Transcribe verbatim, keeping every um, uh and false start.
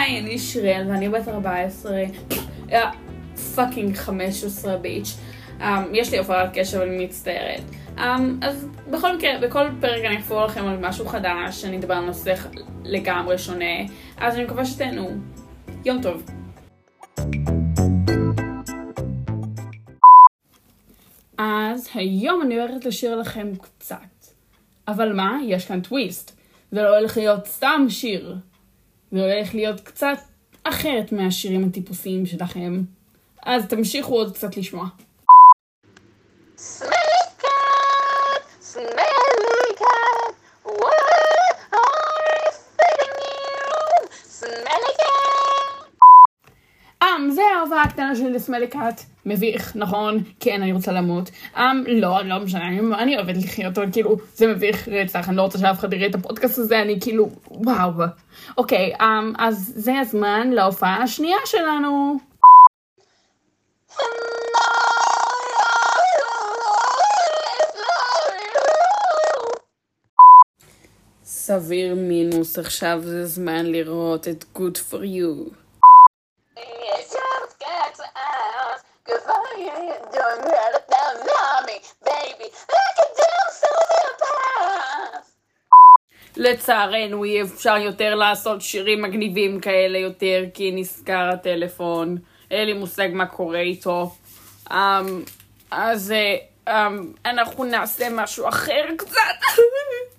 היי, אני שיראל ואני בת ארבע עשרה, פאקינג חמש עשרה ביץ'. Um, יש לי הופעת קשב, אני מצטערת. Um, אז בכל מקרה, בכל פרק אני אקפור לכם על משהו חדש, אני אדבר על נושא לגמרי שונה, אז אני מקווה שתהנו. יום טוב. אז היום אני הולכת לשיר לכם קצת. אבל מה? יש כאן טוויסט. זה לא הולך להיות סתם שיר. זה הולך להיות קצת אחרת מהשירים הטיפוסיים שלכם. אז תמשיכו עוד קצת לשמוע. Smelly cat, smelly cat, what are you feeding you? Smelly cat. אמ, זה ההופעה הקטנה שלי לסמלי קאט. מביך, נכון? כן, אני רוצה למות. אמ, לא, לא משנה, אני, אני אוהבת לחיות, אבל כאילו, זה מביך רצח, אני לא רוצה שאף אחד יראה את הפודקאסט הזה, אני כאילו, וואו. אוקיי, אמ, אז זה הזמן להופעה השנייה שלנו. סביר מינוס, עכשיו זה זמן לראות את Good for You. It's just got to ask, 'cause I ain't doing right about mommy, baby. I can do something past. לצערנו אי אפשר יותר לעשות שירים מגניבים כאלה יותר, כי נזכר הטלפון. אין לי מושג מה קורה איתו. Um, אז um, אנחנו נעשה משהו אחר קצת.